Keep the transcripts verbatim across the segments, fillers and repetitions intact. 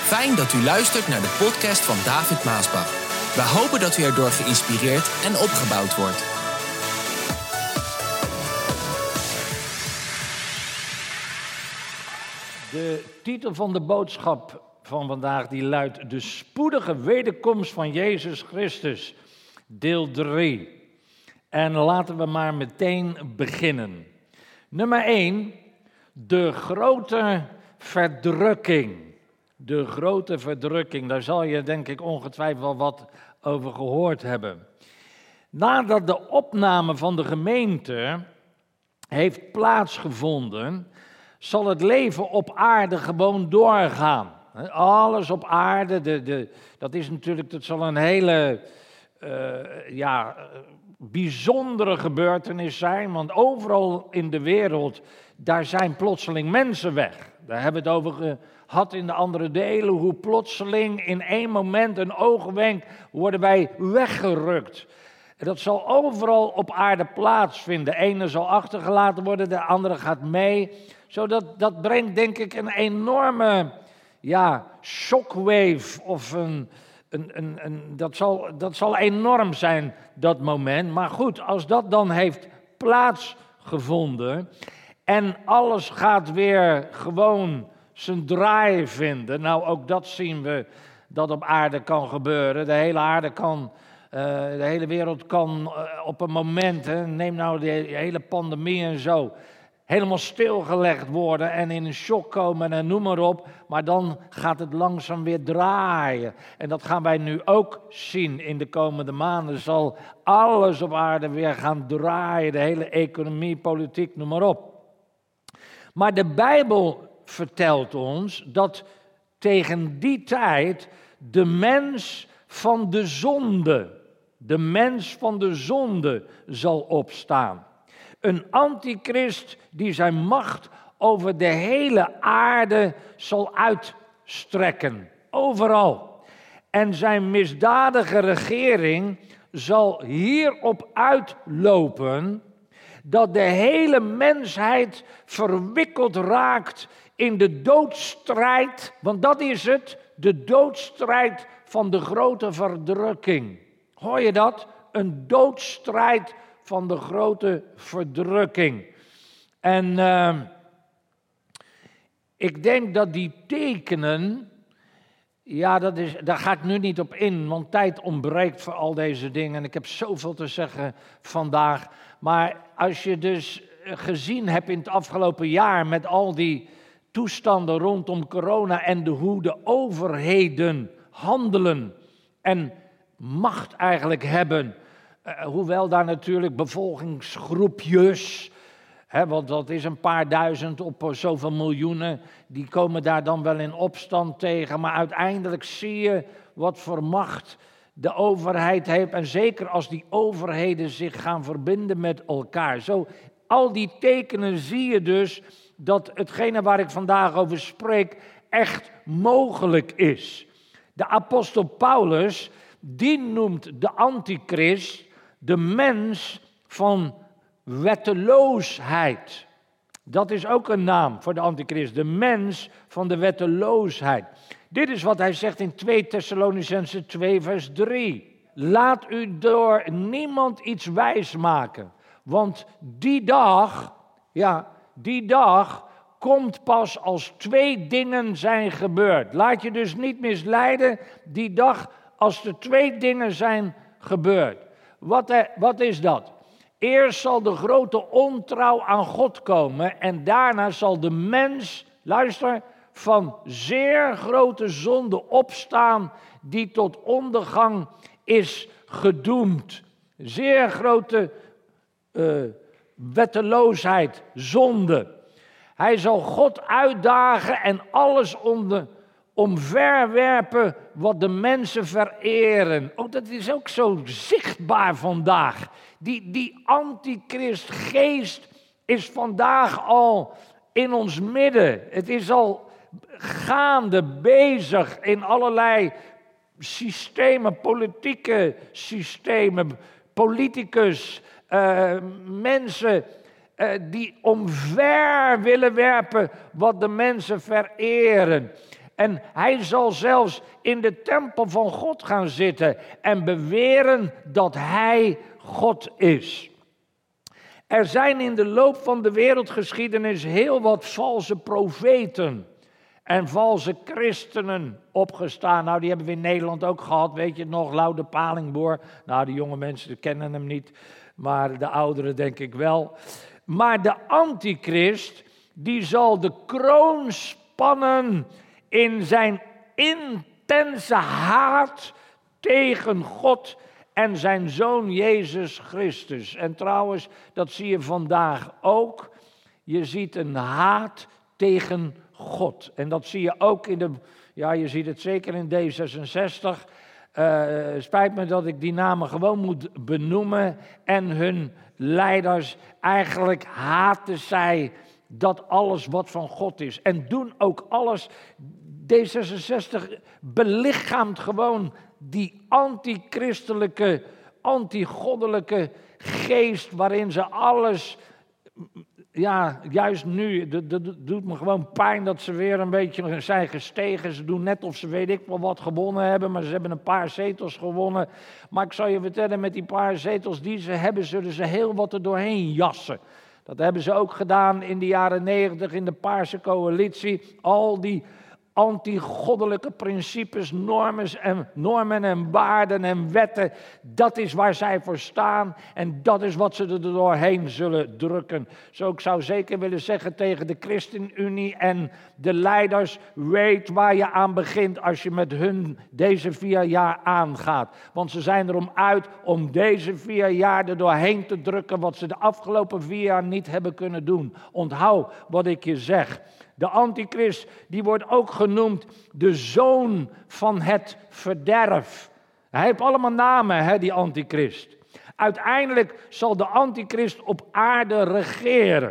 Fijn dat u luistert naar de podcast van David Maasbach. We hopen dat u erdoor geïnspireerd en opgebouwd wordt. De titel van de boodschap van vandaag die luidt: De spoedige wederkomst van Jezus Christus, deel drie. En laten we maar meteen beginnen. Nummer één, de grote verdrukking. De grote verdrukking, daar zal je denk ik ongetwijfeld wel wat over gehoord hebben. Nadat de opname van de gemeente heeft plaatsgevonden, zal het leven op aarde gewoon doorgaan. Alles op aarde, de, de, dat is natuurlijk, dat zal een hele uh, ja, bijzondere gebeurtenis zijn, want overal in de wereld, daar zijn plotseling mensen weg. Daar hebben we het over gehad in de andere delen, hoe plotseling in één moment, een oogwenk, worden wij weggerukt. En dat zal overal op aarde plaatsvinden. De ene zal achtergelaten worden, de andere gaat mee. Zodat, dat brengt denk ik een enorme ja, shockwave of een... Een, een, een, dat, zal, dat zal enorm zijn, dat moment. Maar goed, als dat dan heeft plaatsgevonden en alles gaat weer gewoon zijn draai vinden. Nou, ook dat zien we dat op aarde kan gebeuren. De hele aarde kan, uh, de hele wereld kan uh, op een moment, hè, neem nou de hele pandemie en zo, helemaal stilgelegd worden en in een shock komen en noem maar op. Maar dan gaat het langzaam weer draaien. En dat gaan wij nu ook zien in de komende maanden. Zal alles op aarde weer gaan draaien. De hele economie, politiek, noem maar op. Maar de Bijbel vertelt ons dat tegen die tijd de mens van de zonde, de mens van de zonde zal opstaan. Een antichrist die zijn macht over de hele aarde zal uitstrekken. Overal. En zijn misdadige regering zal hierop uitlopen dat de hele mensheid verwikkeld raakt in de doodsstrijd. Want dat is het, de doodsstrijd van de grote verdrukking. Hoor je dat? Een doodsstrijd van de grote verdrukking. En uh, ik denk dat die tekenen, ja, dat is, daar ga ik nu niet op in, want tijd ontbreekt voor al deze dingen. En ik heb zoveel te zeggen vandaag. Maar als je dus gezien hebt in het afgelopen jaar met al die toestanden rondom corona en de, hoe de overheden handelen en macht eigenlijk hebben. Uh, hoewel daar natuurlijk bevolkingsgroepjes, hè, want dat is een paar duizend op uh, zoveel miljoenen, die komen daar dan wel in opstand tegen. Maar uiteindelijk zie je wat voor macht de overheid heeft. En zeker als die overheden zich gaan verbinden met elkaar. Zo, al die tekenen zie je dus dat hetgene waar ik vandaag over spreek echt mogelijk is. De apostel Paulus, die noemt de antichrist de mens van wetteloosheid. Dat is ook een naam voor de antichrist, de mens van de wetteloosheid. Dit is wat hij zegt in twee Thessalonicenzen twee vers drie. Laat u door niemand iets wijs maken, want die dag, ja, die dag komt pas als twee dingen zijn gebeurd. Laat je dus niet misleiden, die dag als er twee dingen zijn gebeurd. Wat, wat is dat? Eerst zal de grote ontrouw aan God komen en daarna zal de mens, luister, van zeer grote zonde opstaan die tot ondergang is gedoemd. Zeer grote uh, wetteloosheid, zonde. Hij zal God uitdagen en alles onder, omverwerpen wat de mensen vereren. Oh, dat is ook zo zichtbaar vandaag. Die, die antichristgeest is vandaag al in ons midden. Het is al gaande bezig in allerlei systemen, politieke systemen, politicus, uh, mensen uh, die omver willen werpen wat de mensen vereren. En hij zal zelfs in de tempel van God gaan zitten en beweren dat hij God is. Er zijn in de loop van de wereldgeschiedenis heel wat valse profeten en valse christenen opgestaan. Nou, die hebben we in Nederland ook gehad, weet je het nog, Loude Palingboer. Nou, de jonge mensen kennen hem niet, maar de ouderen denk ik wel. Maar de antichrist, die zal de kroon spannen in zijn intense haat tegen God en zijn Zoon Jezus Christus. En trouwens, dat zie je vandaag ook. Je ziet een haat tegen God. En dat zie je ook in de, ja, je ziet het zeker in D zesenzestig. Uh, spijt me dat ik die namen gewoon moet benoemen. En hun leiders, eigenlijk haten zij dat alles wat van God is. En doen ook alles. D zesenzestig belichaamt gewoon die antichristelijke, antigoddelijke geest waarin ze alles, ja, juist nu, dat, dat doet me gewoon pijn dat ze weer een beetje zijn gestegen. Ze doen net of ze weet ik wel wat gewonnen hebben, maar ze hebben een paar zetels gewonnen. Maar ik zal je vertellen, met die paar zetels die ze hebben, zullen ze heel wat er doorheen jassen. Dat hebben ze ook gedaan in de jaren negentig in de Paarse coalitie. Al die antigoddelijke principes, normen en, normen en waarden en wetten, dat is waar zij voor staan en dat is wat ze er doorheen zullen drukken. Zo ik zou zeker willen zeggen tegen de ChristenUnie en de leiders, weet waar je aan begint als je met hun deze vier jaar aangaat. Want ze zijn erom uit om deze vier jaar er doorheen te drukken wat ze de afgelopen vier jaar niet hebben kunnen doen. Onthoud wat ik je zeg. De antichrist, die wordt ook genoemd de zoon van het verderf. Hij heeft allemaal namen, hè, die antichrist. Uiteindelijk zal de antichrist op aarde regeren.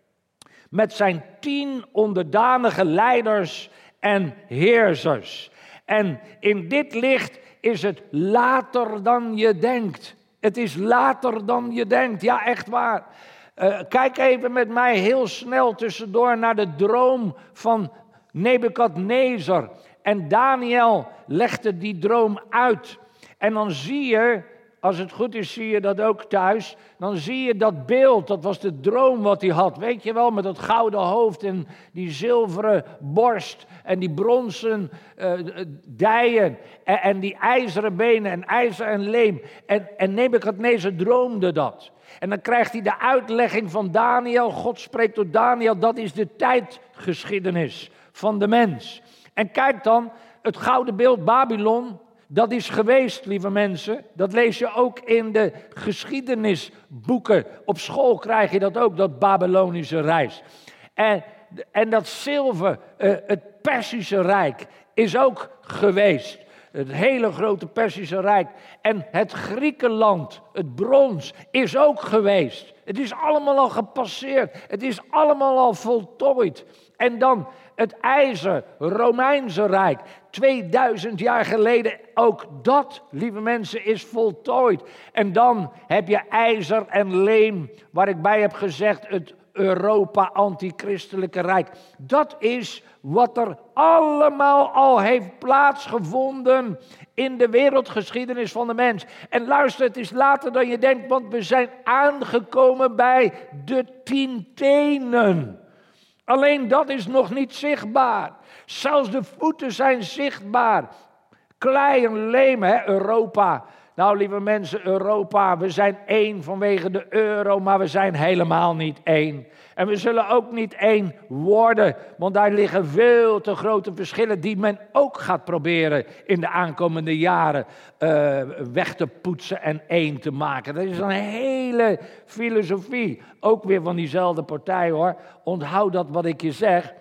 Met zijn tien onderdanige leiders en heersers. En in dit licht is het later dan je denkt. Het is later dan je denkt, ja echt waar. Uh, kijk even met mij heel snel tussendoor naar de droom van Nebukadnezar. En Daniel legde die droom uit. En dan zie je, als het goed is zie je dat ook thuis, dan zie je dat beeld, dat was de droom wat hij had. Weet je wel, met dat gouden hoofd en die zilveren borst en die bronzen uh, dijen en, en die ijzeren benen en ijzer en leem. En, en Nebukadnezar droomde dat. En dan krijgt hij de uitlegging van Daniel. God spreekt door Daniel. Dat is de tijdgeschiedenis van de mens. En kijk dan, het gouden beeld Babylon, dat is geweest, lieve mensen. Dat lees je ook in de geschiedenisboeken. Op school krijg je dat ook, dat Babylonische reis. En, en dat zilver, uh, het Perzische Rijk, is ook geweest. Het hele grote Perzische Rijk en het Griekenland, het brons, is ook geweest. Het is allemaal al gepasseerd. Het is allemaal al voltooid. En dan het ijzer, Romeinse Rijk, tweeduizend jaar geleden, ook dat, lieve mensen, is voltooid. En dan heb je ijzer en leem, waar ik bij heb gezegd, het Europa antichristelijke rijk. Dat is wat er allemaal al heeft plaatsgevonden in de wereldgeschiedenis van de mens. En luister, het is later dan je denkt, want we zijn aangekomen bij de tien tenen. Alleen dat is nog niet zichtbaar. Zelfs de voeten zijn zichtbaar. Klei en leem, hè, Europa. Nou, lieve mensen, Europa, we zijn één vanwege de euro, maar we zijn helemaal niet één. En we zullen ook niet één worden, want daar liggen veel te grote verschillen die men ook gaat proberen in de aankomende jaren uh, weg te poetsen en één te maken. Dat is een hele filosofie, ook weer van diezelfde partij hoor. Onthoud dat wat ik je zeg.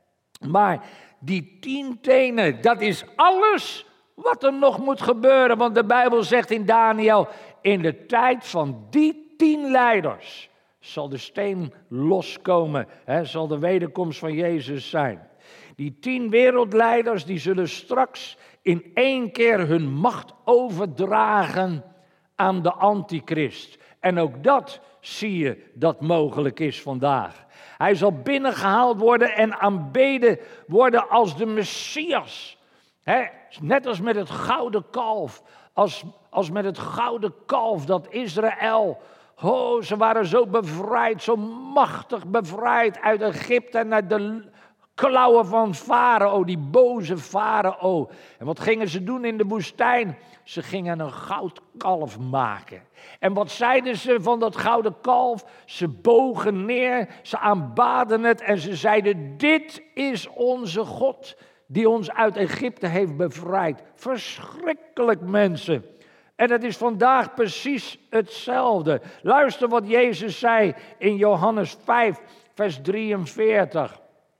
Maar die tien tenen, dat is alles wat er nog moet gebeuren, want de Bijbel zegt in Daniel, in de tijd van die tien leiders zal de steen loskomen, hè, zal de wederkomst van Jezus zijn. Die tien wereldleiders, die zullen straks in één keer hun macht overdragen aan de antichrist. En ook dat zie je dat mogelijk is vandaag. Hij zal binnengehaald worden en aanbeden worden als de Messias. He, net als met het gouden kalf. Als, als met het gouden kalf dat Israël... Oh, ze waren zo bevrijd, zo machtig bevrijd uit Egypte en uit de klauwen van Farao, die boze Farao. En wat gingen ze doen in de woestijn? Ze gingen een goudkalf maken. En wat zeiden ze van dat gouden kalf? Ze bogen neer, ze aanbaden het en ze zeiden: dit is onze God die ons uit Egypte heeft bevrijd. Verschrikkelijk, mensen. En het is vandaag precies hetzelfde. Luister wat Jezus zei in Johannes vijf, vers drieënveertig.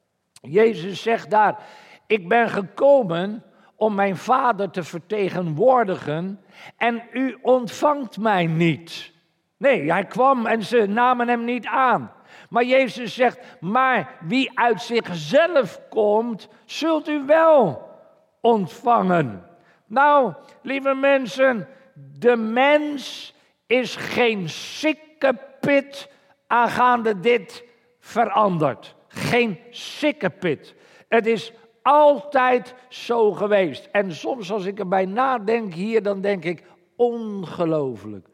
Jezus zegt daar: ik ben gekomen om mijn Vader te vertegenwoordigen en u ontvangt mij niet. Nee, hij kwam en ze namen hem niet aan. Maar Jezus zegt: maar wie uit zichzelf komt, zult u wel ontvangen. Nou, lieve mensen, de mens is geen sikkepit aangaande dit veranderd. Geen sikkepit. Het is altijd zo geweest. En soms als ik erbij nadenk hier, dan denk ik: ongelooflijk.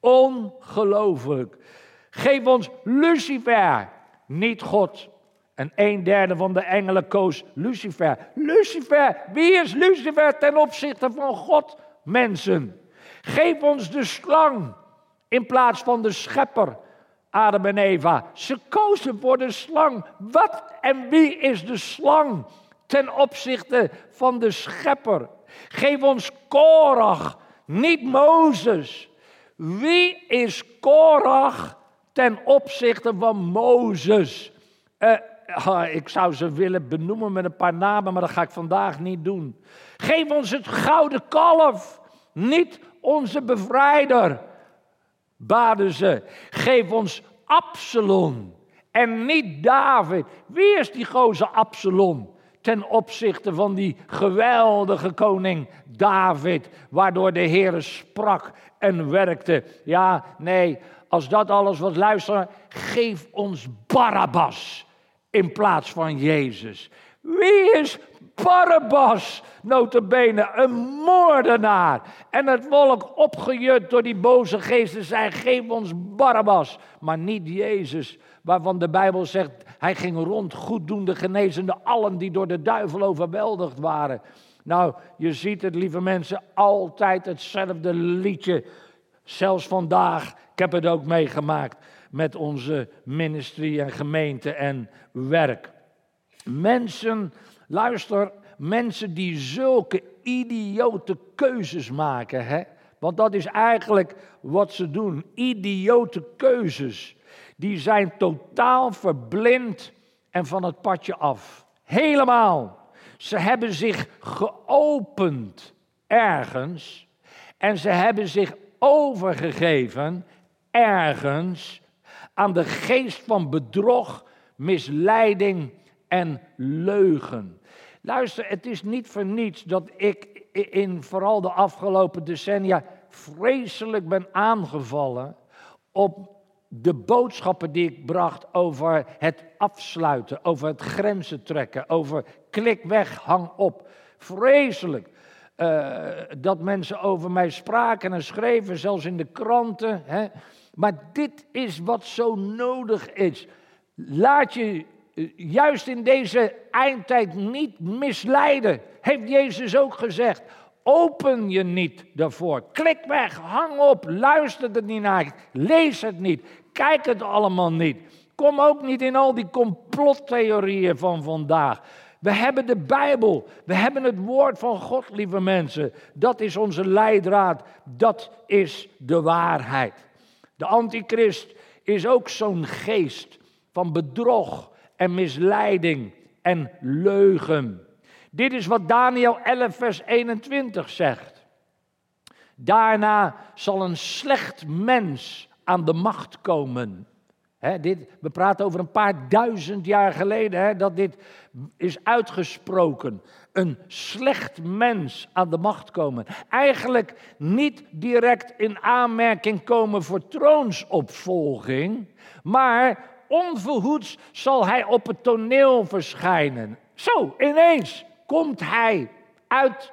Ongelooflijk. Geef ons Lucifer, niet God. En een derde van de engelen koos Lucifer. Lucifer, wie is Lucifer ten opzichte van God, mensen? Geef ons de slang in plaats van de schepper, Adam en Eva. Ze kozen voor de slang. Wat en wie is de slang ten opzichte van de schepper? Geef ons Korach, niet Mozes. Wie is Korach ten opzichte van Mozes? Uh, uh, ik zou ze willen benoemen met een paar namen, maar dat ga ik vandaag niet doen. Geef ons het gouden kalf, niet onze bevrijder, baden ze. Geef ons Absalom en niet David. Wie is die gozer Absalom ten opzichte van die geweldige koning David, waardoor de Heere sprak en werkte? Ja, nee, als dat alles was, luister, geef ons Barabbas in plaats van Jezus. Wie is Barabbas, nota bene, een moordenaar? En het volk, opgejut door die boze geesten, zei: geef ons Barabbas, maar niet Jezus, waarvan de Bijbel zegt: hij ging rond goeddoende, genezende allen die door de duivel overweldigd waren. Nou, je ziet het, lieve mensen, altijd hetzelfde liedje. Zelfs vandaag, ik heb het ook meegemaakt met onze ministerie en gemeente en werk. Mensen, luister, mensen die zulke idiote keuzes maken, hè? Want dat is eigenlijk wat ze doen, idiote keuzes. Die zijn totaal verblind en van het padje af. Helemaal. Ze hebben zich geopend ergens en ze hebben zich overgegeven ergens aan de geest van bedrog, misleiding en leugen. Luister, het is niet voor niets dat ik in vooral de afgelopen decennia vreselijk ben aangevallen op de boodschappen die ik bracht over het afsluiten, over het grenzen trekken, over klik weg, hang op. Vreselijk. Uh, dat mensen over mij spraken en schreven, zelfs in de kranten. Hè. Maar dit is wat zo nodig is. Laat je uh, juist in deze eindtijd niet misleiden. Heeft Jezus ook gezegd. Open je niet daarvoor. Klik weg, hang op, luister er niet naar. Lees het niet, kijk het allemaal niet. Kom ook niet in al die complottheorieën van vandaag. We hebben de Bijbel, we hebben het woord van God, lieve mensen. Dat is onze leidraad, dat is de waarheid. De antichrist is ook zo'n geest van bedrog en misleiding en leugen. Dit is wat Daniel elf vers eenentwintig zegt. Daarna zal een slecht mens aan de macht komen. He, dit, we praten over een paar duizend jaar geleden he, dat dit is uitgesproken. Een slecht mens aan de macht komen. Eigenlijk niet direct in aanmerking komen voor troonsopvolging, maar onverhoeds zal hij op het toneel verschijnen. Zo, ineens komt hij uit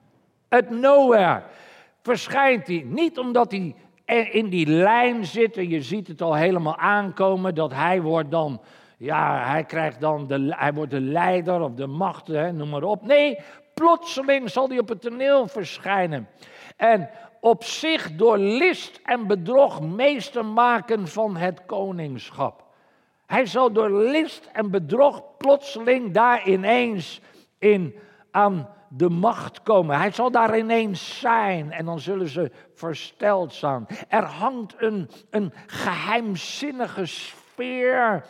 het nowhere. Verschijnt hij, niet omdat hij in die lijn zit en je ziet het al helemaal aankomen, dat hij wordt dan, ja, hij krijgt dan, de, hij wordt de leider of de macht, hè, noem maar op. Nee, plotseling zal hij op het toneel verschijnen. En op zich door list en bedrog meester maken van het koningschap. Hij zal door list en bedrog plotseling daar ineens in aan de macht komen. Hij zal daar ineens zijn en dan zullen ze versteld staan. Er hangt een, een geheimzinnige sfeer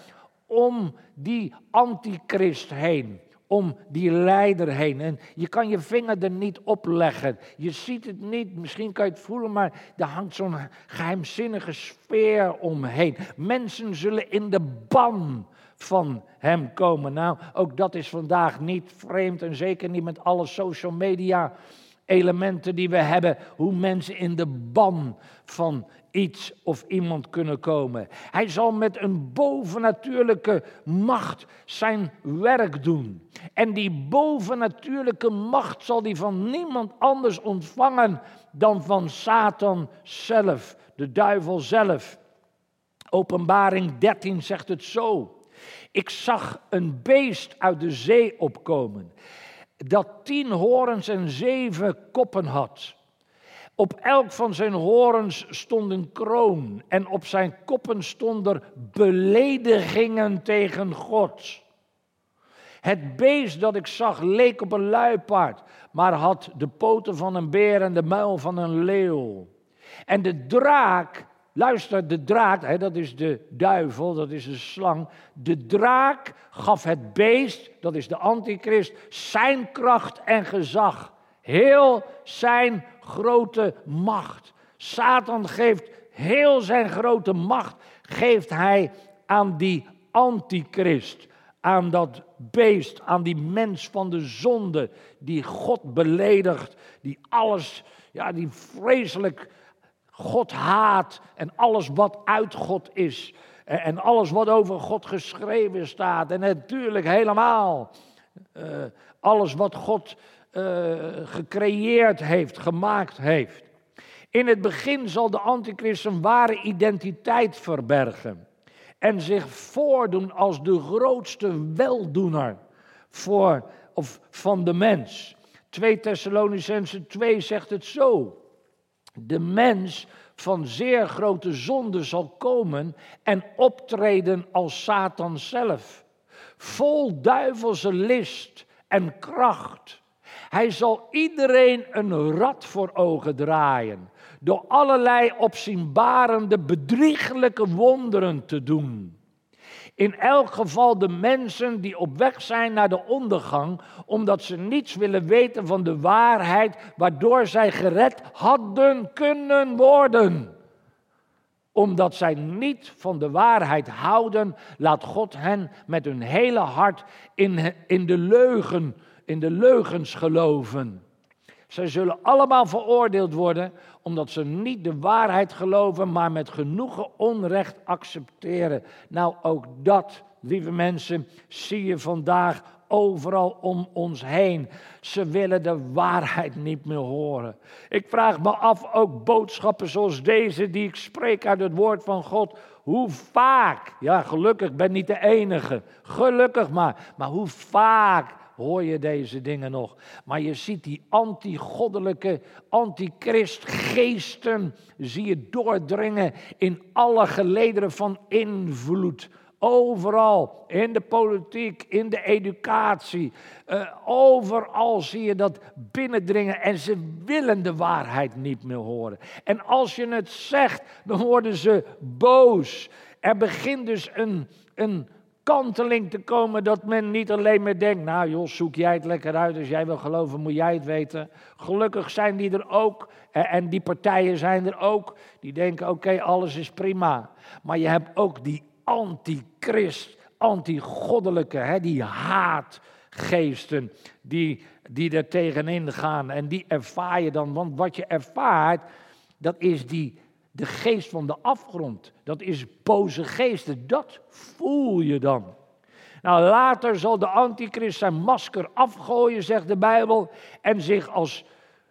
om die antichrist heen. Om die leider heen. En je kan je vinger er niet op leggen. Je ziet het niet, misschien kan je het voelen, maar er hangt zo'n geheimzinnige sfeer omheen. Mensen zullen in de ban van hem komen. Nou, ook dat is vandaag niet vreemd en zeker niet met alle social media elementen die we hebben. Hoe mensen in de ban van iets of iemand kunnen komen. Hij zal met een bovennatuurlijke macht zijn werk doen. En die bovennatuurlijke macht zal hij van niemand anders ontvangen dan van Satan zelf, de duivel zelf. Openbaring dertien zegt het zo. Ik zag een beest uit de zee opkomen, dat tien horens en zeven koppen had. Op elk van zijn horens stond een kroon en op zijn koppen stonden beledigingen tegen God. Het beest dat ik zag leek op een luipaard, maar had de poten van een beer en de muil van een leeuw. En de draak, luister, de draak, hè, dat is de duivel, dat is de slang. De draak gaf het beest, dat is de antichrist, zijn kracht en gezag. Heel zijn grote macht. Satan geeft heel zijn grote macht, geeft hij aan die antichrist. Aan dat beest, aan die mens van de zonde, die God beledigt, die alles, ja, die vreselijk God haat en alles wat uit God is. En alles wat over God geschreven staat. En natuurlijk helemaal uh, alles wat God uh, gecreëerd heeft, gemaakt heeft. In het begin zal de antichrist zijn ware identiteit verbergen. En zich voordoen als de grootste weldoener voor, of van de mens. twee Thessalonicenzen twee zegt het zo. De mens van zeer grote zonde zal komen en optreden als Satan zelf. Vol duivelse list en kracht. Hij zal iedereen een rad voor ogen draaien. Door allerlei opzienbarende, bedrieglijke wonderen te doen. In elk geval de mensen die op weg zijn naar de ondergang, omdat ze niets willen weten van de waarheid, waardoor zij gered hadden kunnen worden. Omdat zij niet van de waarheid houden, laat God hen met hun hele hart in, in de leugen, in de leugens geloven. Zij zullen allemaal veroordeeld worden, omdat ze niet de waarheid geloven, maar met genoegen onrecht accepteren. Nou, ook dat, lieve mensen, zie je vandaag overal om ons heen. Ze willen de waarheid niet meer horen. Ik vraag me af, ook boodschappen zoals deze die ik spreek uit het woord van God, hoe vaak, ja gelukkig, ik ben niet de enige, gelukkig maar, maar hoe vaak hoor je deze dingen nog. Maar je ziet die anti-goddelijke, antichristgeesten, zie je doordringen in alle gelederen van invloed. Overal, in de politiek, in de educatie, uh, overal zie je dat binnendringen en ze willen de waarheid niet meer horen. En als je het zegt, dan worden ze boos. Er begint dus een, een kanteling te komen dat men niet alleen meer denkt, nou joh, zoek jij het lekker uit, als jij wil geloven moet jij het weten. Gelukkig zijn die er ook en die partijen zijn er ook, die denken oké, okay, alles is prima. Maar je hebt ook die antichrist, antigoddelijke, hè, die haatgeesten die, die er tegenin gaan. En die ervaar je dan, want wat je ervaart, dat is die, de geest van de afgrond. Dat is boze geesten, dat voel je dan. Nou, later zal de antichrist zijn masker afgooien, zegt de Bijbel, en zich als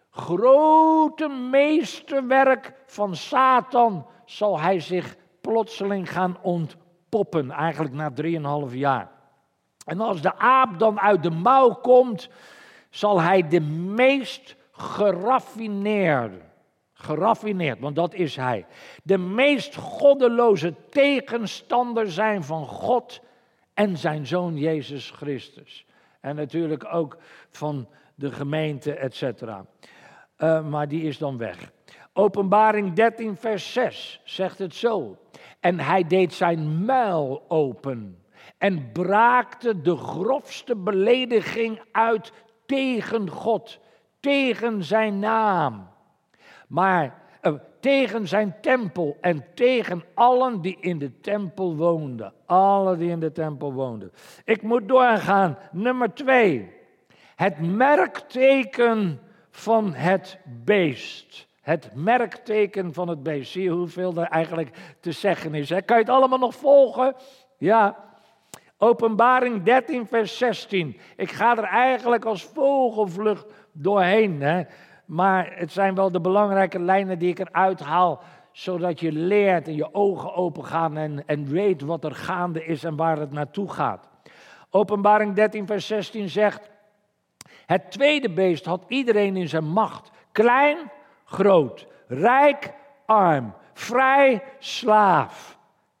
grote meesterwerk van Satan zal hij zich plotseling gaan ontpoppen, eigenlijk na drieënhalf jaar. En als de aap dan uit de mouw komt, zal hij de meest geraffineerde, geraffineerd, want dat is hij, de meest goddeloze tegenstander zijn van God en zijn Zoon Jezus Christus. En natuurlijk ook van de gemeente, et cetera. Uh, maar die is dan weg. Openbaring dertien vers zes zegt het zo. En hij deed zijn muil open en braakte de grofste belediging uit tegen God, tegen zijn naam. Maar uh, tegen zijn tempel en tegen allen die in de tempel woonden. Allen die in de tempel woonden. Ik moet doorgaan. Nummer twee. Het merkteken van het beest. Het merkteken van het beest. Zie je hoeveel er eigenlijk te zeggen is. Hè? Kan je het allemaal nog volgen? Ja. Openbaring dertien vers zestien. Ik ga er eigenlijk als vogelvlucht doorheen. Hè? Maar het zijn wel de belangrijke lijnen die ik eruit haal, zodat je leert en je ogen open gaan en, en weet wat er gaande is en waar het naartoe gaat. Openbaring dertien vers zestien zegt, het tweede beest had iedereen in zijn macht. Klein, groot, rijk, arm, vrij, slaaf.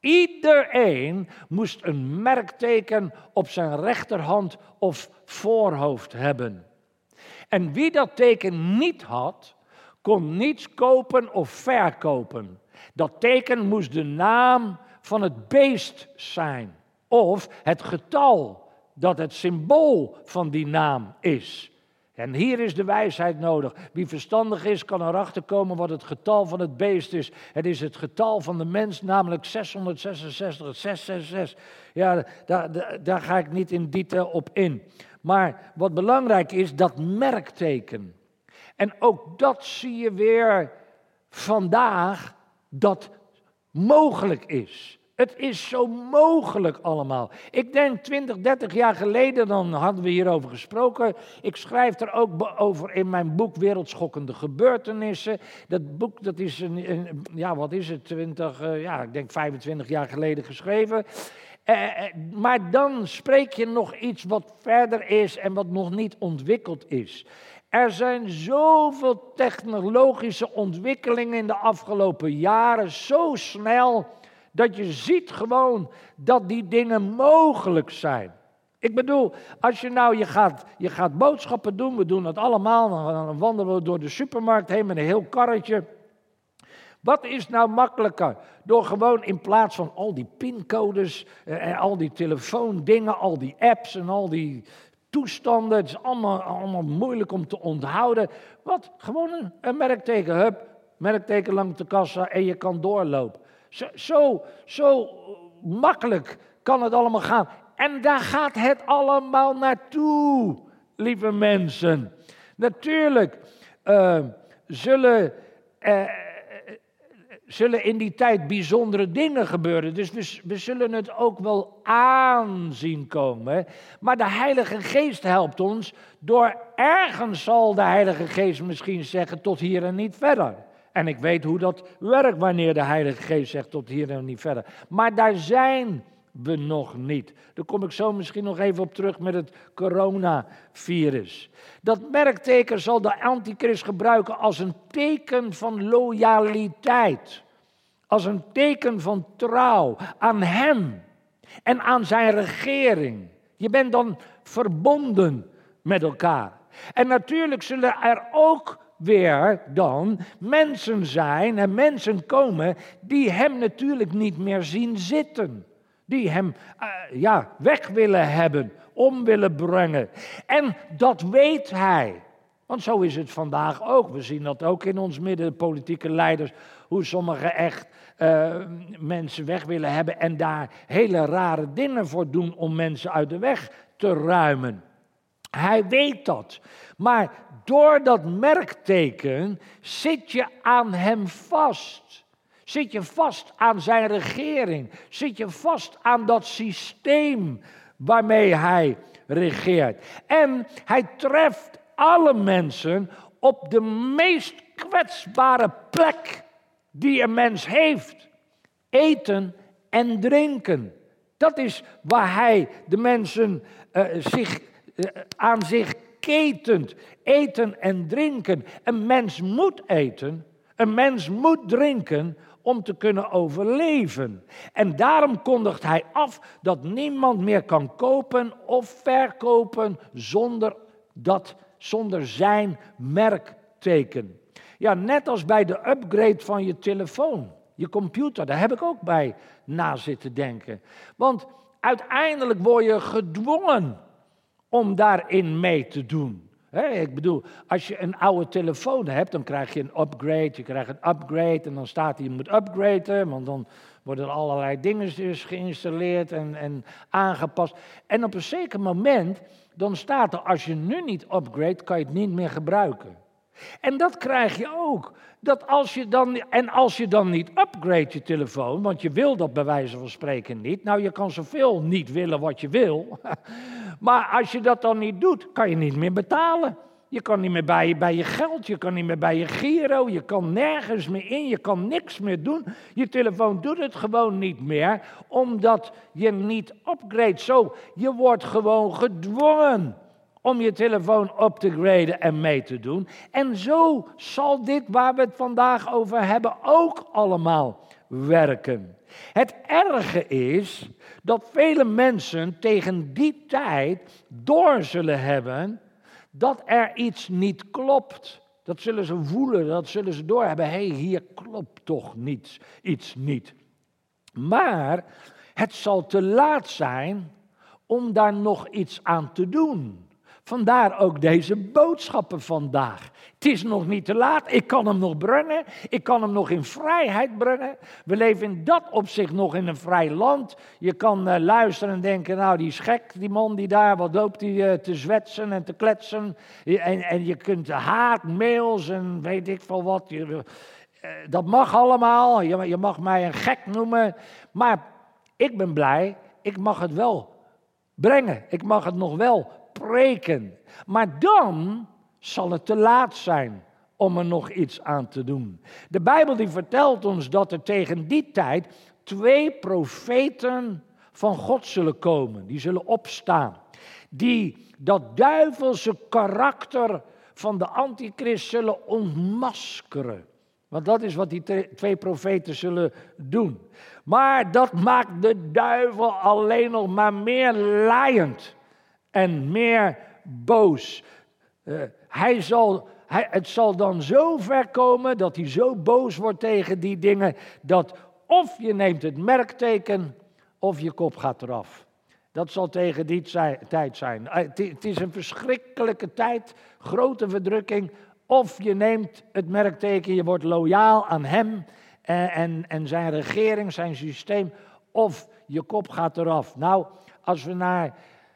Iedereen moest een merkteken op zijn rechterhand of voorhoofd hebben. En wie dat teken niet had, kon niets kopen of verkopen. Dat teken moest de naam van het beest zijn. Of het getal dat het symbool van die naam is. En hier is de wijsheid nodig. Wie verstandig is, kan erachter komen wat het getal van het beest is. Het is het getal van de mens, namelijk zeshonderdzesenzestig, zeshonderdzesenzestig. Ja, daar, daar, daar ga ik niet in detail op in. Maar wat belangrijk is, dat merkteken. En ook dat zie je weer vandaag, dat mogelijk is. Het is zo mogelijk allemaal. Ik denk twintig, dertig jaar geleden, dan hadden we hierover gesproken. Ik schrijf er ook over in mijn boek Wereldschokkende Gebeurtenissen. Dat boek, dat is, een, een, ja wat is het, twintig, uh, ja ik denk vijfentwintig jaar geleden geschreven. Uh, maar dan spreek je nog iets wat verder is en wat nog niet ontwikkeld is. Er zijn zoveel technologische ontwikkelingen in de afgelopen jaren, zo snel, dat je ziet gewoon dat die dingen mogelijk zijn. Ik bedoel, als je nou, je gaat, je gaat boodschappen doen, we doen dat allemaal, dan wandelen we door de supermarkt heen met een heel karretje. Wat is nou makkelijker? Door gewoon in plaats van al die pincodes eh, en al die telefoondingen, al die apps en al die toestanden, het is allemaal, allemaal moeilijk om te onthouden. Wat? Gewoon een, een merkteken, hup, merkteken langs de kassa en je kan doorlopen. Zo, zo, zo makkelijk kan het allemaal gaan. En daar gaat het allemaal naartoe, lieve mensen. Natuurlijk uh, zullen, uh, zullen in die tijd bijzondere dingen gebeuren. Dus we, we zullen het ook wel aanzien komen. Maar de Heilige Geest helpt ons. Door ergens zal de Heilige Geest misschien zeggen tot hier en niet verder. En ik weet hoe dat werkt wanneer de Heilige Geest zegt tot hier en niet verder. Maar daar zijn we nog niet. Daar kom ik zo misschien nog even op terug met het coronavirus. Dat merkteken zal de antichrist gebruiken als een teken van loyaliteit. Als een teken van trouw aan hem en aan zijn regering. Je bent dan verbonden met elkaar. En natuurlijk zullen er ook weer dan mensen zijn en mensen komen die hem natuurlijk niet meer zien zitten. Die hem uh, ja, weg willen hebben, om willen brengen. En dat weet hij. Want zo is het vandaag ook. We zien dat ook in ons midden, de politieke leiders. hoe sommigen echt uh, mensen weg willen hebben en daar hele rare dingen voor doen om mensen uit de weg te ruimen. Hij weet dat. Maar door dat merkteken zit je aan hem vast. Zit je vast aan zijn regering. Zit je vast aan dat systeem waarmee hij regeert. En hij treft alle mensen op de meest kwetsbare plek die een mens heeft. Eten en drinken. Dat is waar hij de mensen uh, zich, uh, aan zich ketent. Eten en drinken. Een mens moet eten, een mens moet drinken om te kunnen overleven. En daarom kondigt hij af dat niemand meer kan kopen of verkopen zonder, dat, zonder zijn merkteken. Ja, net als bij de upgrade van je telefoon, je computer, daar heb ik ook bij na zitten denken. Want uiteindelijk word je gedwongen om daarin mee te doen. He, ik bedoel, als je een oude telefoon hebt, dan krijg je een upgrade, je krijgt een upgrade en dan staat er, je moet upgraden, want dan worden er allerlei dingen dus geïnstalleerd en, en aangepast. En op een zeker moment, dan staat er, als je nu niet upgrade, kan je het niet meer gebruiken. En dat krijg je ook. Dat als je dan, en als je dan niet upgrade je telefoon, want je wil dat bij wijze van spreken niet. Nou, je kan zoveel niet willen wat je wil. Maar als je dat dan niet doet, kan je niet meer betalen. Je kan niet meer bij je, bij je geld, je kan niet meer bij je giro, je kan nergens meer in, je kan niks meer doen. Je telefoon doet het gewoon niet meer, omdat je niet upgrade. Zo, je wordt gewoon gedwongen om je telefoon op te graden en mee te doen. En zo zal dit waar we het vandaag over hebben ook allemaal werken. Het erge is dat vele mensen tegen die tijd door zullen hebben dat er iets niet klopt. Dat zullen ze voelen, dat zullen ze doorhebben. Hé, hey, hier klopt toch niets, iets niet. Maar het zal te laat zijn om daar nog iets aan te doen. Vandaar ook deze boodschappen vandaag. Het is nog niet te laat, ik kan hem nog brengen, ik kan hem nog in vrijheid brengen. We leven in dat opzicht nog in een vrij land. Je kan uh, luisteren en denken, nou die is gek, die man die daar, wat loopt hij uh, te zwetsen en te kletsen. En, en je kunt haat, mails en weet ik veel wat. Je, uh, dat mag allemaal, je, je mag mij een gek noemen. Maar ik ben blij, ik mag het wel brengen, ik mag het nog wel preken. Maar dan zal het te laat zijn om er nog iets aan te doen. De Bijbel die vertelt ons dat er tegen die tijd twee profeten van God zullen komen. Die zullen opstaan. Die dat duivelse karakter van de antichrist zullen ontmaskeren. Want dat is wat die twee profeten zullen doen. Maar dat maakt de duivel alleen nog maar meer laaiend. En meer boos. Uh, hij zal, hij, het zal dan zo ver komen dat hij zo boos wordt tegen die dingen, dat of je neemt het merkteken of je kop gaat eraf. Dat zal tegen die tijd zijn. Uh, het, het is een verschrikkelijke tijd, grote verdrukking. Of je neemt het merkteken, je wordt loyaal aan hem en, en, en zijn regering, zijn systeem. Of je kop gaat eraf. Nou, als we naar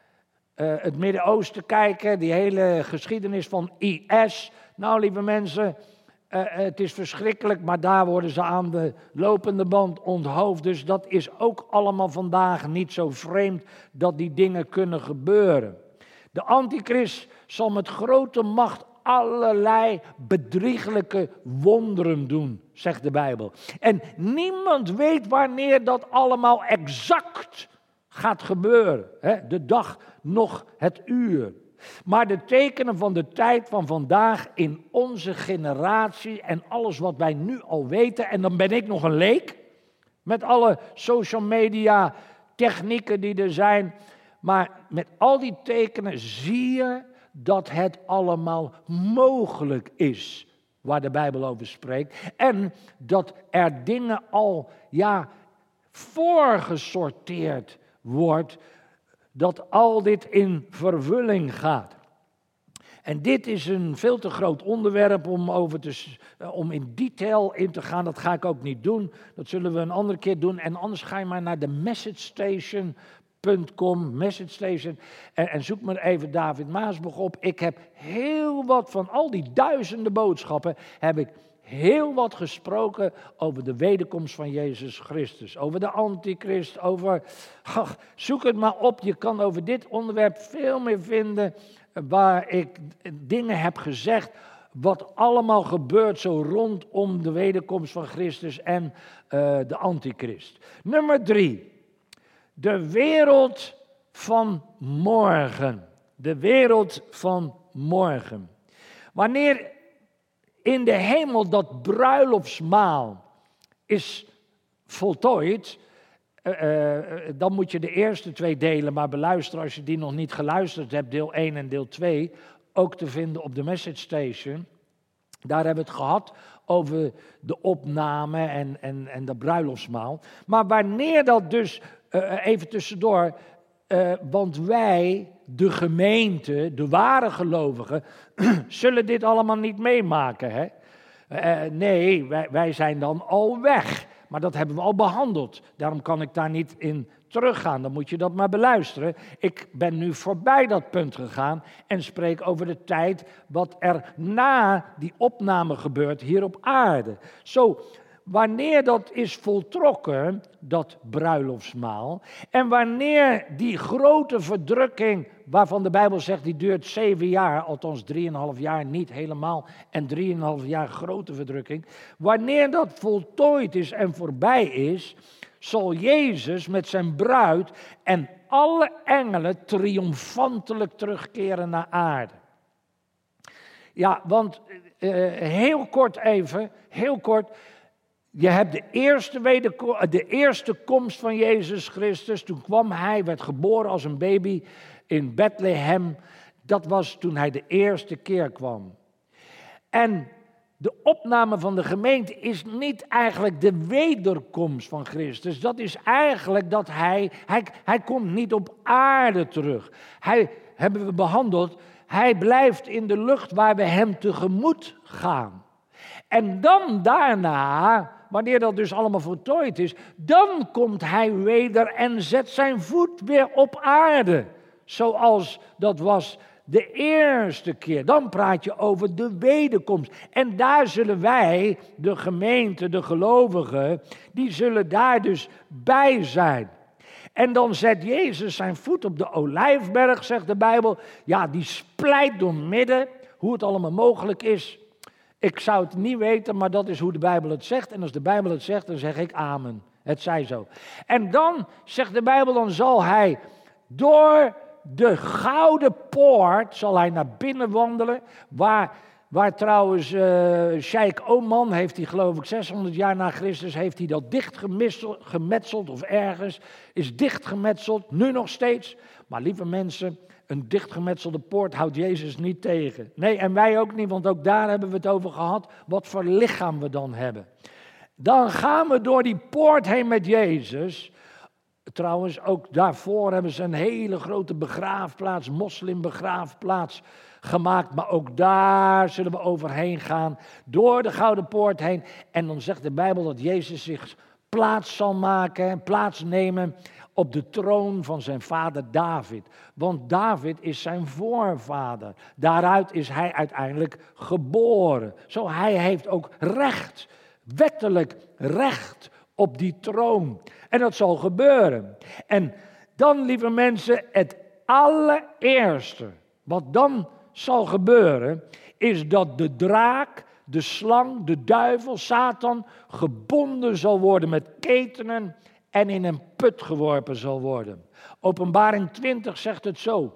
Uh, het Midden-Oosten kijken, die hele geschiedenis van I S. Nou, lieve mensen, uh, het is verschrikkelijk, maar daar worden ze aan de lopende band onthoofd. Dus dat is ook allemaal vandaag niet zo vreemd dat die dingen kunnen gebeuren. De antichrist zal met grote macht allerlei bedrieglijke wonderen doen, zegt de Bijbel. En niemand weet wanneer dat allemaal exact gaat gebeuren. Hè? De dag, nog het uur. Maar de tekenen van de tijd van vandaag in onze generatie en alles wat wij nu al weten, en dan ben ik nog een leek, met alle social media technieken die er zijn, maar met al die tekenen zie je dat het allemaal mogelijk is, waar de Bijbel over spreekt. En dat er dingen al, ja, voorgesorteerd wordt, dat al dit in vervulling gaat. En dit is een veel te groot onderwerp om, over te, om in detail in te gaan. Dat ga ik ook niet doen. Dat zullen we een andere keer doen. En anders ga je maar naar de message station punt com, message station, en, en zoek maar even David Maasbach op. Ik heb heel wat van al die duizenden boodschappen, heb ik heel wat gesproken over de wederkomst van Jezus Christus. Over de antichrist, over... Ach, zoek het maar op, je kan over dit onderwerp veel meer vinden waar ik dingen heb gezegd, wat allemaal gebeurt zo rondom de wederkomst van Christus en uh, de antichrist. Nummer drie. De wereld van morgen. De wereld van morgen. Wanneer in de hemel dat bruiloftsmaal is voltooid, uh, uh, dan moet je de eerste twee delen maar beluisteren als je die nog niet geluisterd hebt, deel één en deel twee, ook te vinden op de Message Station. Daar hebben we het gehad over de opname en, en, en dat bruiloftsmaal. Maar wanneer dat dus, uh, even tussendoor, uh, want wij, de gemeente, de ware gelovigen, zullen dit allemaal niet meemaken. Hè? Uh, nee, wij, wij zijn dan al weg. Maar dat hebben we al behandeld. Daarom kan ik daar niet in teruggaan. Dan moet je dat maar beluisteren. Ik ben nu voorbij dat punt gegaan en spreek over de tijd wat er na die opname gebeurt hier op aarde. Zo, wanneer dat is voltrokken, dat bruiloftsmaal, en wanneer die grote verdrukking, waarvan de Bijbel zegt die duurt zeven jaar, althans drieënhalf jaar, niet helemaal, en drieënhalf jaar grote verdrukking, wanneer dat voltooid is en voorbij is, zal Jezus met zijn bruid en alle engelen triomfantelijk terugkeren naar aarde. Ja, want uh, heel kort even, heel kort. Je hebt de eerste, wederko- de eerste komst van Jezus Christus. Toen kwam hij, werd geboren als een baby in Bethlehem. Dat was toen hij de eerste keer kwam. En de opname van de gemeente is niet eigenlijk de wederkomst van Christus. Dat is eigenlijk dat hij, hij, hij komt niet op aarde terug. Hij, hebben we behandeld, hij blijft in de lucht waar we hem tegemoet gaan. En dan daarna, wanneer dat dus allemaal voltooid is, dan komt hij weder en zet zijn voet weer op aarde. Zoals dat was de eerste keer. Dan praat je over de wederkomst. En daar zullen wij, de gemeente, de gelovigen, die zullen daar dus bij zijn. En dan zet Jezus zijn voet op de Olijfberg, zegt de Bijbel. Ja, die splijt door midden, hoe het allemaal mogelijk is. Ik zou het niet weten, maar dat is hoe de Bijbel het zegt. En als de Bijbel het zegt, dan zeg ik amen. Het zij zo. En dan, zegt de Bijbel, dan zal hij door de gouden poort, zal hij naar binnen wandelen. Waar, waar trouwens uh, Sheikh Oman, heeft hij geloof ik zeshonderd jaar na Christus, heeft hij dat dicht gemetseld of ergens, is dichtgemetseld, nu nog steeds. Maar lieve mensen, een dichtgemetselde poort houdt Jezus niet tegen. Nee, en wij ook niet, want ook daar hebben we het over gehad, wat voor lichaam we dan hebben. Dan gaan we door die poort heen met Jezus. Trouwens, ook daarvoor hebben ze een hele grote begraafplaats, moslimbegraafplaats gemaakt. Maar ook daar zullen we overheen gaan, door de Gouden Poort heen. En dan zegt de Bijbel dat Jezus zich plaats zal maken, plaatsnemen op de troon van zijn vader David. Want David is zijn voorvader. Daaruit is hij uiteindelijk geboren. Zo, hij heeft ook recht, wettelijk recht op die troon. En dat zal gebeuren. En dan, lieve mensen, het allereerste wat dan zal gebeuren, is dat de draak, de slang, de duivel, Satan, gebonden zal worden met ketenen en in een put geworpen zal worden. Openbaring twintig zegt het zo.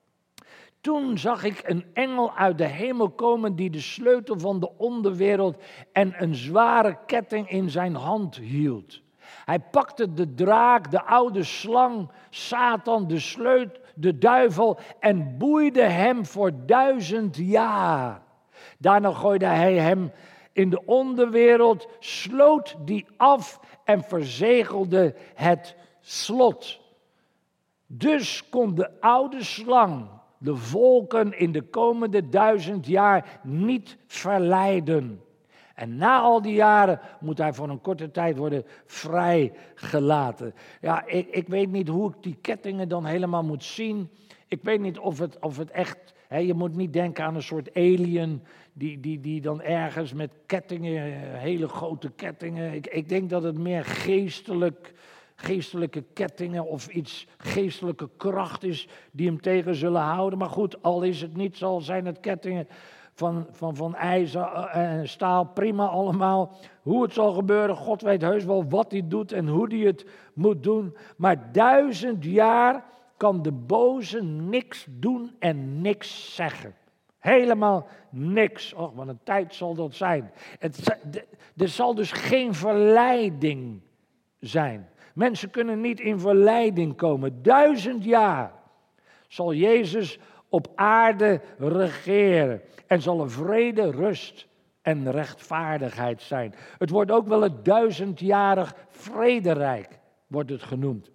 Toen zag ik een engel uit de hemel komen die de sleutel van de onderwereld en een zware ketting in zijn hand hield. Hij pakte de draak, de oude slang, Satan, de sleut, de duivel en boeide hem voor duizend jaar. Daarna gooide hij hem in de onderwereld, sloot die af en verzegelde het slot. Dus kon de oude slang de volken in de komende duizend jaar niet verleiden. En na al die jaren moet hij voor een korte tijd worden vrijgelaten. Ja, ik, ik weet niet hoe ik die kettingen dan helemaal moet zien. Ik weet niet of het, of het echt... Hè, je moet niet denken aan een soort alien die, die, die dan ergens met kettingen, hele grote kettingen... Ik, ik denk dat het meer geestelijk, geestelijke kettingen of iets geestelijke kracht is die hem tegen zullen houden. Maar goed, al is het niet zo, zijn het kettingen... Van, van, van ijzer en staal, prima allemaal. Hoe het zal gebeuren, God weet heus wel wat hij doet en hoe hij het moet doen. Maar duizend jaar kan de boze niks doen en niks zeggen. Helemaal niks. Och, wat een tijd zal dat zijn. Het, er zal dus geen verleiding zijn. Mensen kunnen niet in verleiding komen. Duizend jaar zal Jezus op aarde regeren. En zal er vrede, rust en rechtvaardigheid zijn. Het wordt ook wel het duizendjarig vrederijk, wordt het genoemd.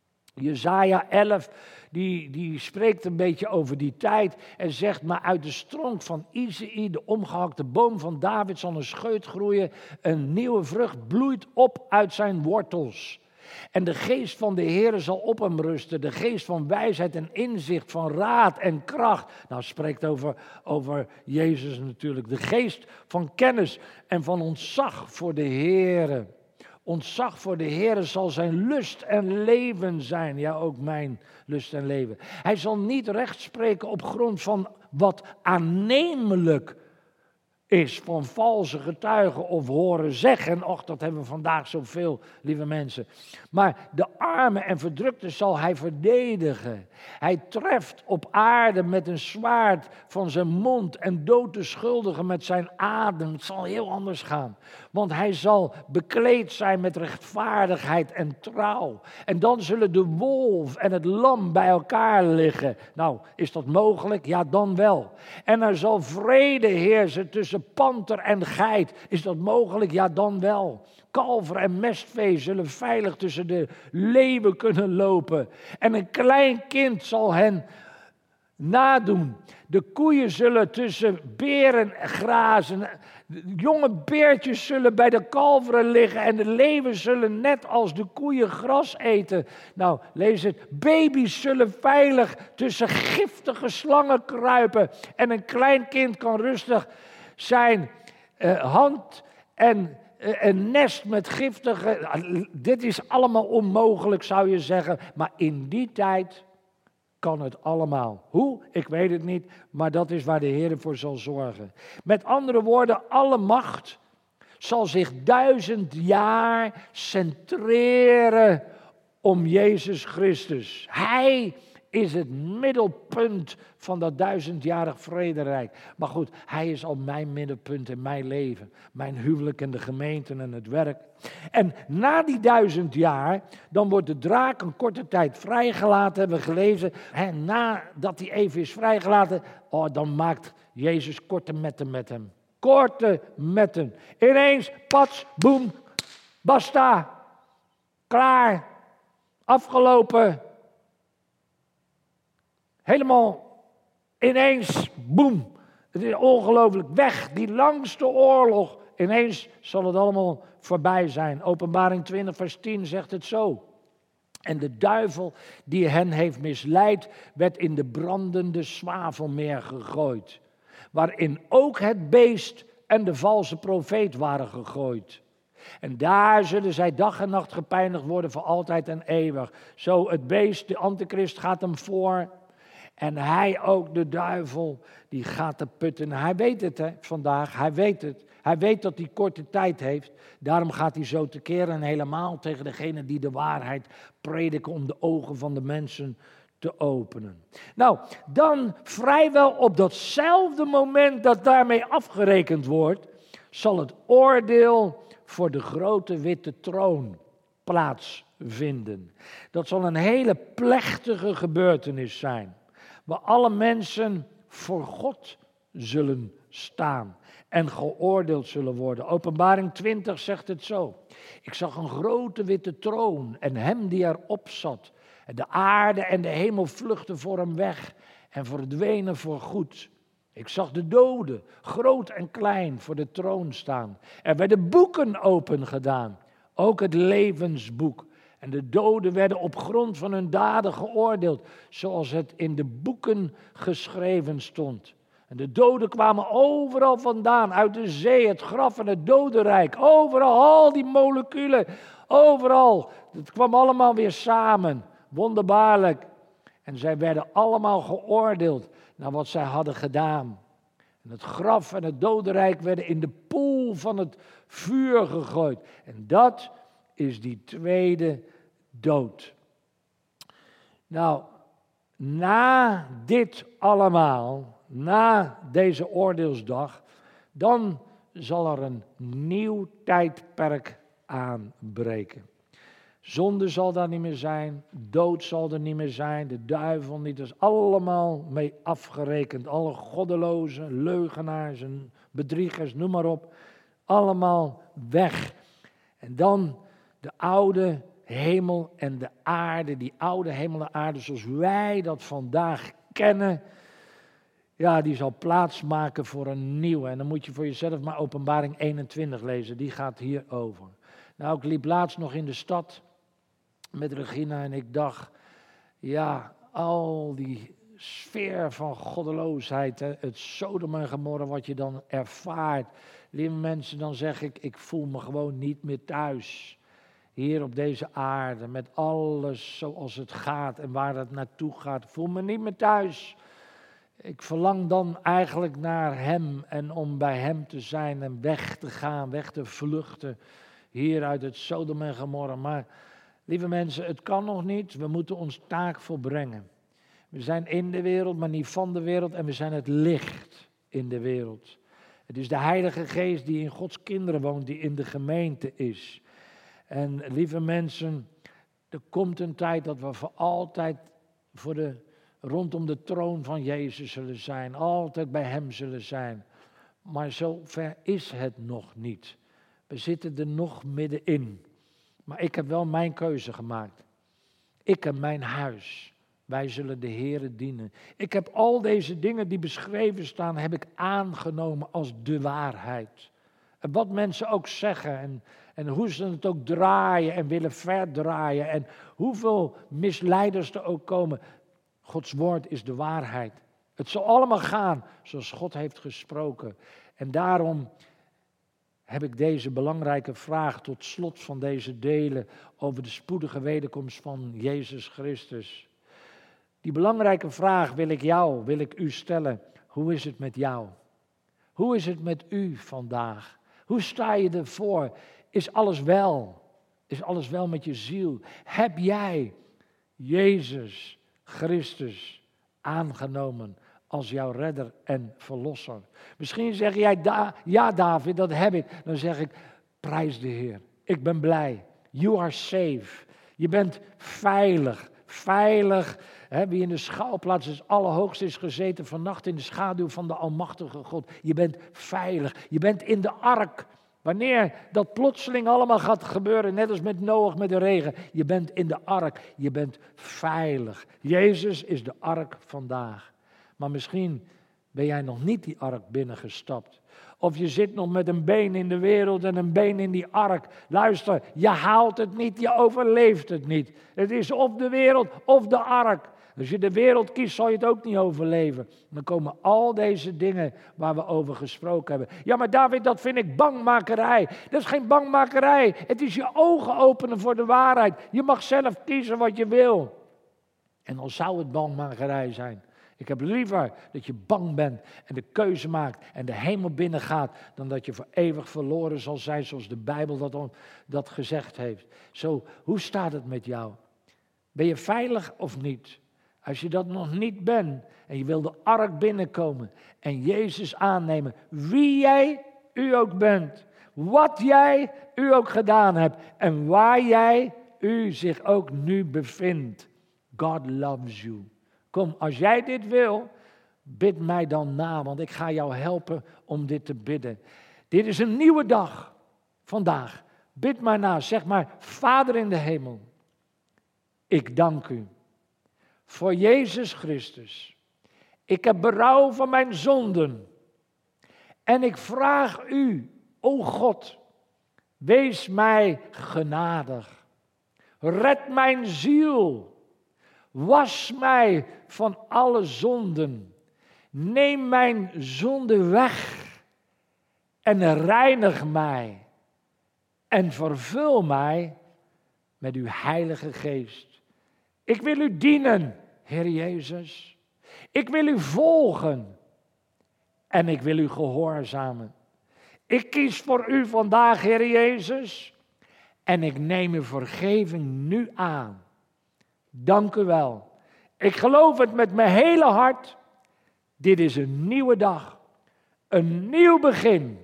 Jesaja elf, die, die spreekt een beetje over die tijd en zegt, maar uit de stronk van Isaïe, de omgehakte boom van David, zal een scheut groeien, een nieuwe vrucht bloeit op uit zijn wortels. En de geest van de Heere zal op hem rusten, de geest van wijsheid en inzicht, van raad en kracht. Nou, spreekt over, over Jezus natuurlijk. De geest van kennis en van ontzag voor de Heere. Ontzag voor de Heere zal zijn lust en leven zijn. Ja, ook mijn lust en leven. Hij zal niet recht spreken op grond van wat aannemelijk is van valse getuigen of horen zeggen. Och, dat hebben we vandaag zoveel, lieve mensen. Maar de armen en verdrukten zal hij verdedigen. Hij treft op aarde met een zwaard van zijn mond en doodt de schuldigen met zijn adem. Het zal heel anders gaan. Want hij zal bekleed zijn met rechtvaardigheid en trouw. En dan zullen de wolf en het lam bij elkaar liggen. Nou, is dat mogelijk? Ja, dan wel. En er zal vrede heersen tussen panter en geit. Is dat mogelijk? Ja, dan wel. Kalver en mestvee zullen veilig tussen de leeuwen kunnen lopen. En een klein kind zal hen nadoen. De koeien zullen tussen beren grazen. De jonge beertjes zullen bij de kalveren liggen. En de leeuwen zullen net als de koeien gras eten. Nou, lees het. Baby's zullen veilig tussen giftige slangen kruipen. En een klein kind kan rustig zijn uh, hand en uh, een nest met giftige... Uh, dit is allemaal onmogelijk, zou je zeggen. Maar in die tijd kan het allemaal. Hoe? Ik weet het niet, maar dat is waar de Heer voor zal zorgen. Met andere woorden, alle macht zal zich duizend jaar centreren om Jezus Christus. Hij is het middelpunt van dat duizendjarig vrederijk. Maar goed, hij is al mijn middelpunt in mijn leven. Mijn huwelijk en de gemeente en het werk. En na die duizend jaar, dan wordt de draak een korte tijd vrijgelaten, hebben we gelezen. En nadat hij even is vrijgelaten, oh, dan maakt Jezus korte metten met hem. Korte metten. Ineens, pats, boem, basta, klaar, afgelopen. Helemaal ineens, boem, het is ongelooflijk, weg, die langste oorlog. Ineens zal het allemaal voorbij zijn. Openbaring twintig vers tien zegt het zo. En de duivel die hen heeft misleid, werd in de brandende zwavelmeer gegooid. Waarin ook het beest en de valse profeet waren gegooid. En daar zullen zij dag en nacht gepijnigd worden voor altijd en eeuwig. Zo het beest, de antichrist, gaat hem voor. En hij ook, de duivel, die gaat te putten. Hij weet het hè, vandaag, hij weet het. Hij weet dat hij korte tijd heeft. Daarom gaat hij zo tekeer en helemaal tegen degene die de waarheid prediken om de ogen van de mensen te openen. Nou, dan vrijwel op datzelfde moment dat daarmee afgerekend wordt, zal het oordeel voor de grote witte troon plaatsvinden. Dat zal een hele plechtige gebeurtenis zijn, waar alle mensen voor God zullen staan en geoordeeld zullen worden. Openbaring twintig zegt het zo. Ik zag een grote witte troon en hem die erop zat. De aarde en de hemel vluchtten voor hem weg. en verdwenen voor goed. Ik zag de doden, groot en klein, voor de troon staan. Er werden boeken opengedaan, ook het levensboek. En de doden werden op grond van hun daden geoordeeld, zoals het in de boeken geschreven stond. En de doden kwamen overal vandaan, uit de zee, het graf en het dodenrijk. Overal, al die moleculen, overal. Het kwam allemaal weer samen, wonderbaarlijk. En zij werden allemaal geoordeeld naar wat zij hadden gedaan. En het graf en het dodenrijk werden in de poel van het vuur gegooid. En dat is die tweede dood. Nou, na dit allemaal, na deze oordeelsdag, dan zal er een nieuw tijdperk aanbreken. Zonde zal daar niet meer zijn, dood zal er niet meer zijn, de duivel niet. Dat is allemaal mee afgerekend. Alle goddelozen, leugenaars en bedriegers, noem maar op. Allemaal weg. En dan de oude hemel en de aarde, die oude hemel en aarde zoals wij dat vandaag kennen. Ja, die zal plaatsmaken voor een nieuwe. En dan moet je voor jezelf maar Openbaring eenentwintig lezen, die gaat hierover. Nou, ik liep laatst nog in de stad met Regina en ik dacht, ja, al die sfeer van goddeloosheid, hè, het Sodom en Gomorra wat je dan ervaart. Lieve mensen, dan zeg ik, ik voel me gewoon niet meer thuis. Hier op deze aarde, met alles zoals het gaat en waar het naartoe gaat. Ik voel me niet meer thuis. Ik verlang dan eigenlijk naar Hem en om bij Hem te zijn en weg te gaan, weg te vluchten. Hier uit het Sodom en Gomorra. Maar lieve mensen, het kan nog niet. We moeten ons taak volbrengen. We zijn in de wereld, maar niet van de wereld. En we zijn het licht in de wereld. Het is de Heilige Geest die in Gods kinderen woont, die in de gemeente is. En lieve mensen, er komt een tijd dat we voor altijd voor de, rondom de troon van Jezus zullen zijn. Altijd bij Hem zullen zijn. Maar zover is het nog niet. We zitten er nog middenin. Maar ik heb wel mijn keuze gemaakt. Ik en mijn huis. Wij zullen de Heere dienen. Ik heb al deze dingen die beschreven staan, heb ik aangenomen als de waarheid. En wat mensen ook zeggen en, en hoe ze het ook draaien en willen verdraaien. En hoeveel misleiders er ook komen. Gods woord is de waarheid. Het zal allemaal gaan zoals God heeft gesproken. En daarom heb ik deze belangrijke vraag tot slot van deze delen over de spoedige wederkomst van Jezus Christus. Die belangrijke vraag wil ik jou, wil ik u stellen. Hoe is het met jou? Hoe is het met u vandaag? Hoe sta je ervoor? Is alles wel? Is alles wel met je ziel? Heb jij Jezus Christus aangenomen als jouw redder en verlosser? Misschien zeg jij, ja David, dat heb ik. Dan zeg ik, prijs de Heer. Ik ben blij. You are safe. Je bent veilig. Veilig. Hè, wie in de schuilplaats is allerhoogst is gezeten vannacht in de schaduw van de almachtige God. Je bent veilig. Je bent in de ark. Wanneer dat plotseling allemaal gaat gebeuren, net als met Noach met de regen. Je bent in de ark. Je bent veilig. Jezus is de ark vandaag. Maar misschien ben jij nog niet die ark binnengestapt. Of je zit nog met een been in de wereld en een been in die ark. Luister, je haalt het niet, je overleeft het niet. Het is of de wereld of de ark. Als je de wereld kiest, zal je het ook niet overleven. Dan komen al deze dingen waar we over gesproken hebben. Ja, maar David, dat vind ik bangmakerij. Dat is geen bangmakerij. Het is je ogen openen voor de waarheid. Je mag zelf kiezen wat je wil. En dan zou het bangmakerij zijn. Ik heb liever dat je bang bent en de keuze maakt en de hemel binnengaat, dan dat je voor eeuwig verloren zal zijn, zoals de Bijbel dat, dat gezegd heeft. Zo, hoe staat het met jou? Ben je veilig of niet? Als je dat nog niet bent en je wil de ark binnenkomen en Jezus aannemen, wie jij u ook bent, wat jij u ook gedaan hebt en waar jij u zich ook nu bevindt. God loves you. Kom, als jij dit wil, bid mij dan na, want ik ga jou helpen om dit te bidden. Dit is een nieuwe dag, vandaag. Bid maar na, zeg maar, Vader in de hemel, ik dank u voor Jezus Christus Ik heb berouw van mijn zonden. En ik vraag u, o God, wees mij genadig. Red mijn ziel. Was mij van alle zonden. Neem mijn zonde weg. En reinig mij. En vervul mij met uw Heilige Geest. Ik wil u dienen, Heer Jezus. Ik wil u volgen. En ik wil u gehoorzamen. Ik kies voor u vandaag, Heer Jezus. En ik neem uw vergeving nu aan. Dank u wel. Ik geloof het met mijn hele hart. Dit is een nieuwe dag. Een nieuw begin.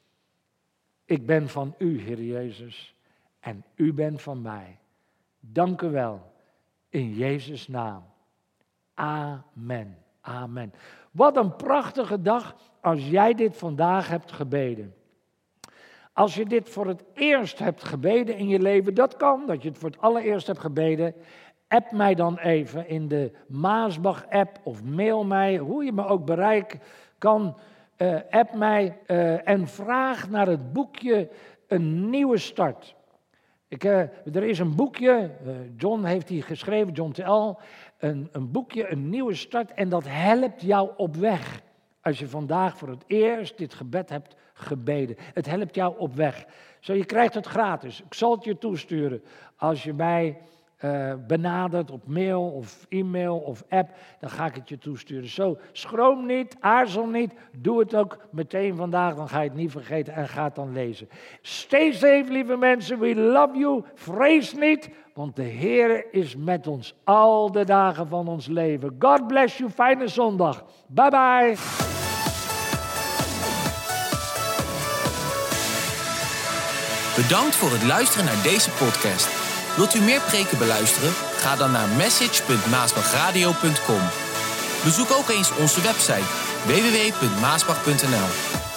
Ik ben van u, Heer Jezus. En u bent van mij. Dank u wel. In Jezus' naam. Amen. Amen. Wat een prachtige dag als jij dit vandaag hebt gebeden. Als je dit voor het eerst hebt gebeden in je leven, dat kan, dat je het voor het allereerst hebt gebeden. App mij dan even in de Maasbach-app of mail mij, hoe je me ook bereiken kan. Uh, app mij uh, en vraag naar het boekje Een Nieuwe Start. Ik, uh, er is een boekje, uh, John heeft die geschreven, John T L, een, een boekje, Een Nieuwe Start. En dat helpt jou op weg. Als je vandaag voor het eerst dit gebed hebt gebeden. Het helpt jou op weg. Zo, je krijgt het gratis. Ik zal het je toesturen. Als je mij uh, benadert op mail of e-mail of app, dan ga ik het je toesturen. Zo, schroom niet, aarzel niet. Doe het ook meteen vandaag, dan ga je het niet vergeten en ga het dan lezen. Stay safe, lieve mensen. We love you. Vrees niet, want de Heer is met ons al de dagen van ons leven. God bless you. Fijne zondag. Bye bye. Bedankt voor het luisteren naar deze podcast. Wilt u meer preken beluisteren? Ga dan naar message punt maasbachradio punt com. Bezoek ook eens onze website w w w punt maasbach punt n l.